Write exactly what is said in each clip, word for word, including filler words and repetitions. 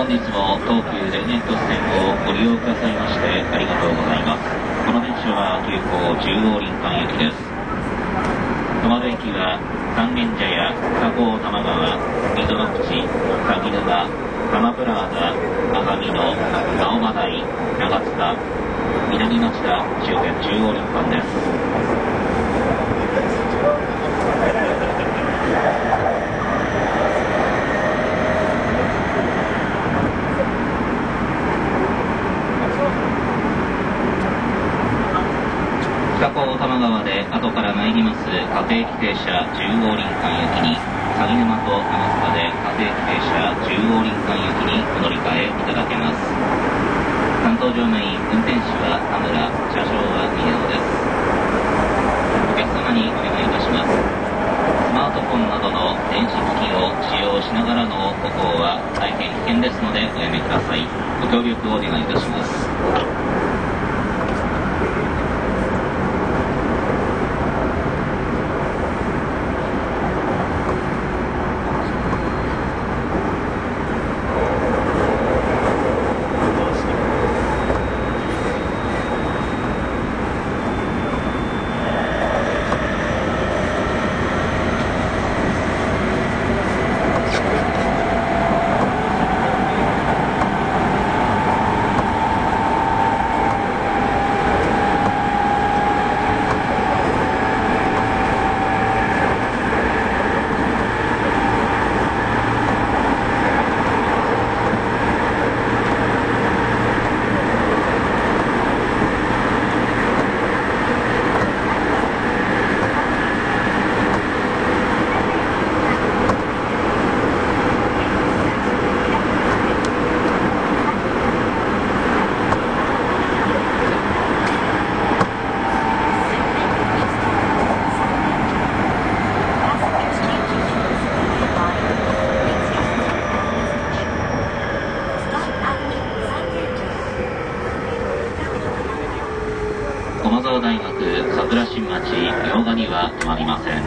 本日も東急田園都市線をご利用くださいましてありがとうございます。この電車は急行中央林間行きです。戸惑駅は三軒茶屋、加工玉川、溝の口、鷺沼、鎌プラーザ、赤美濃、青葉台、長塚、南町田終点中央林間です。加工玉川で後から参ります各駅停車中央林間行きに、鷺沼と長塚で各駅停車中央林間行きにお乗り換えいただけます。担当乗務員運転士は田村、車掌は宮尾です。お客様にお願いいたします。スマートフォンなどの電子機器を使用しながらの歩行は大変危険ですのでおやめください。ご協力をお願いいたします。駒沢大学桜新町茗荷には止まりません。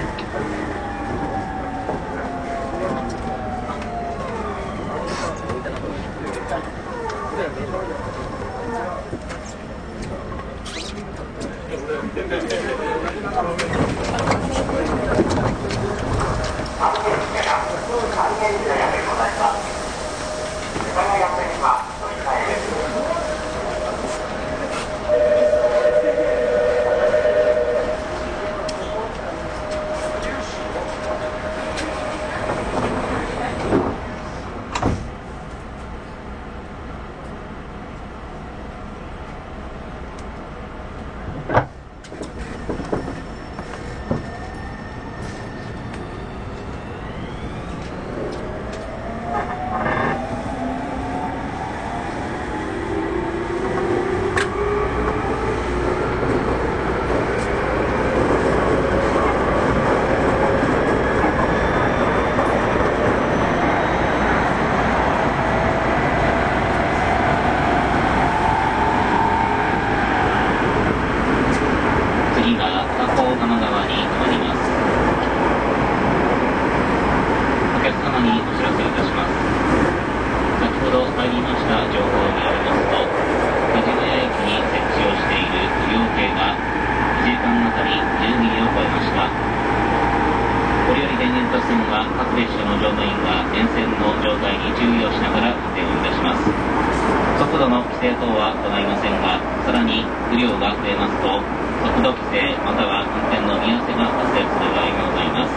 各列車の乗務員が沿線の状態に注意をしながら運転をいたします。速度の規制等はございませんが、さらに雨量が増えますと速度規制または運転の見合わせが発生する場合がございます。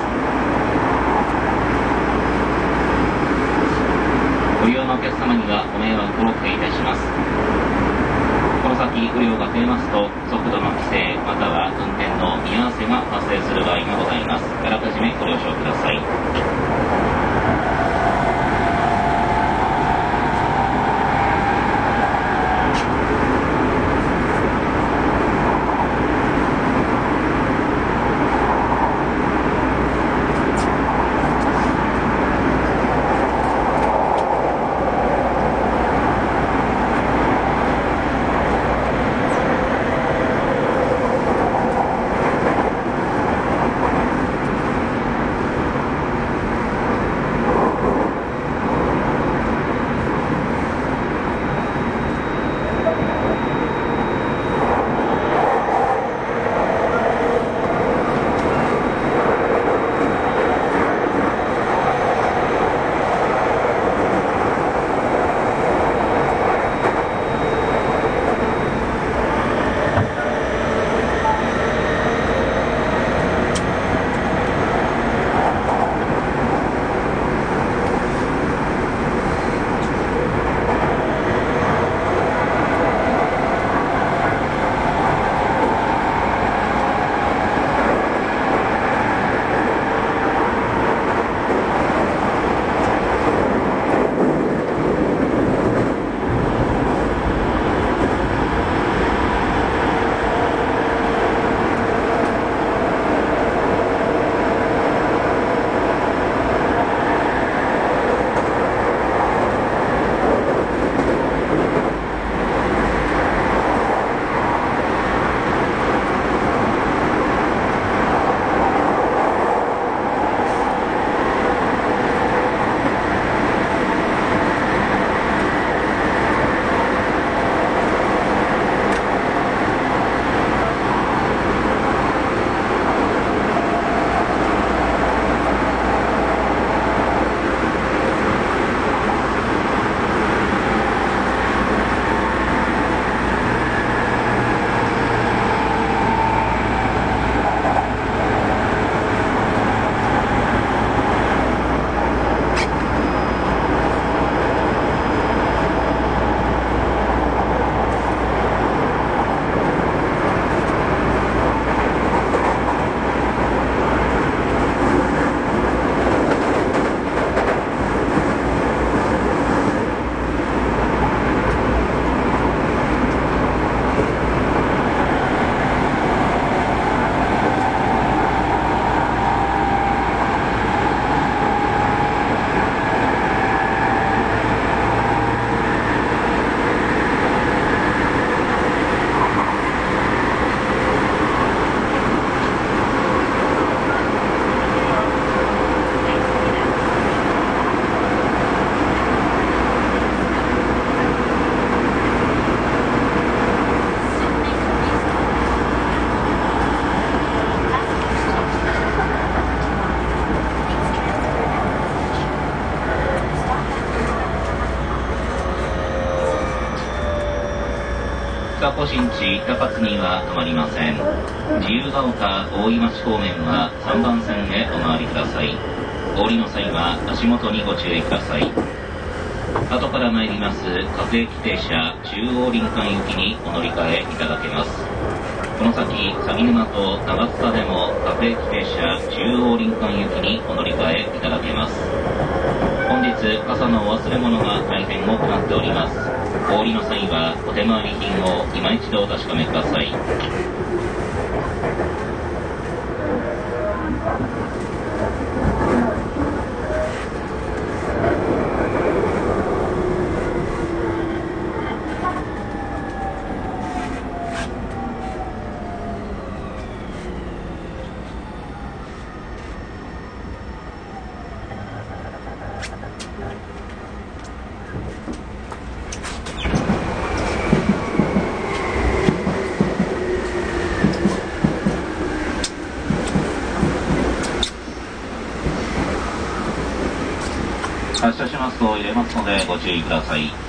ご利用のお客様にはご迷惑をおかけいたします。この先雨量が増えますと速度の規制または運転の見合わせが発生する場合がございます。あらかじめご了承ください。 北古新地高津には止まりません。自由が丘大井町方面はさんばん線へお回りください。お降りの際は足元にご注意ください。後から参ります各駅停車中央林間行きにお乗り換えいただけます。この先鷺沼と長津田でも各駅停車中央林間行きにお乗り換えいただけます。本日傘のお忘れ物が大変多くなっております。お降りの際はお手回り品を今一度お確かめください。発車しますと入れますのでご注意ください。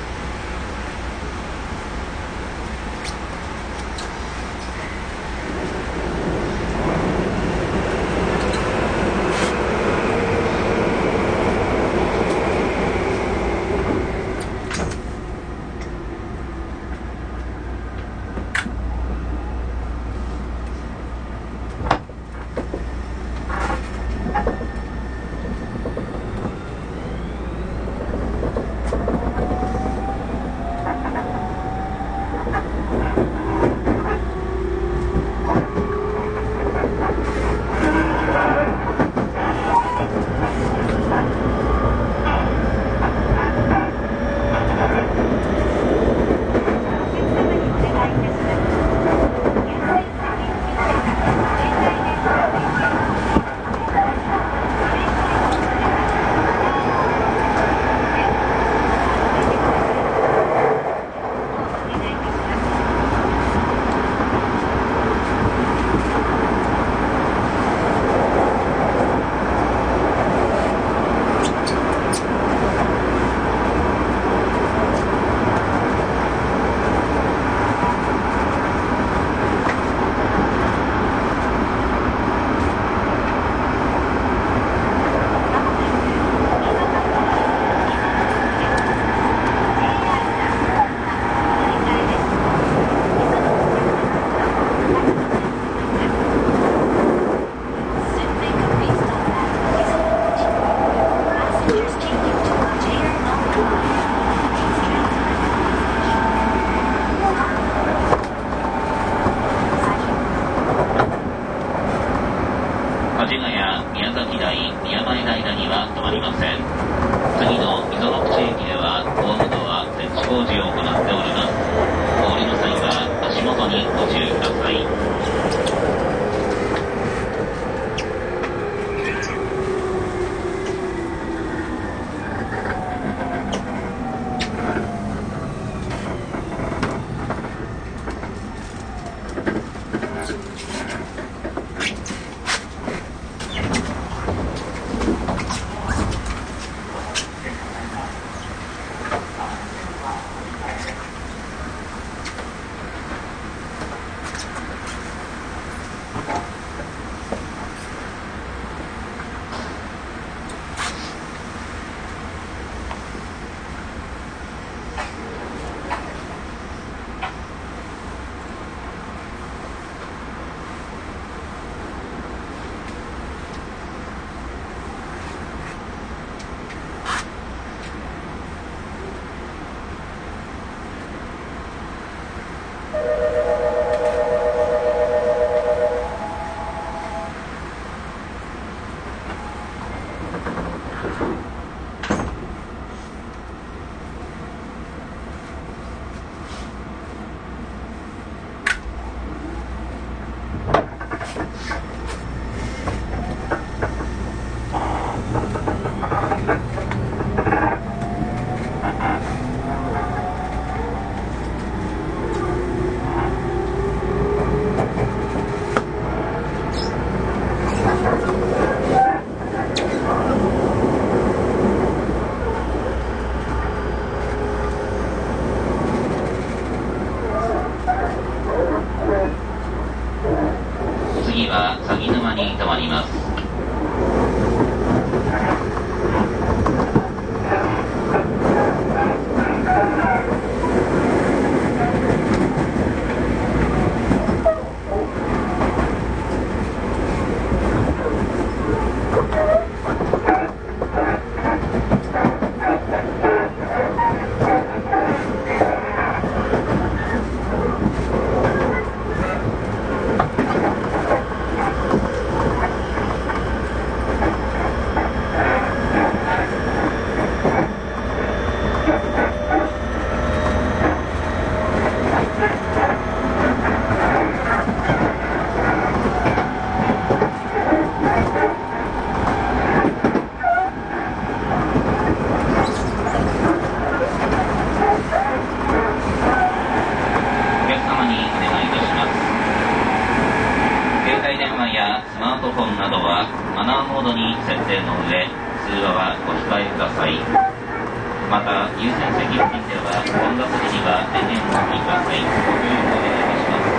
ください。また優先席付近では音楽時には電源をお切りください。ご協力お願いいたします。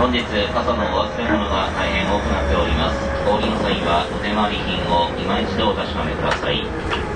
本日傘のお忘れ物が大変多くなっております。お降りの際はお手回り品を今一度お確かめください。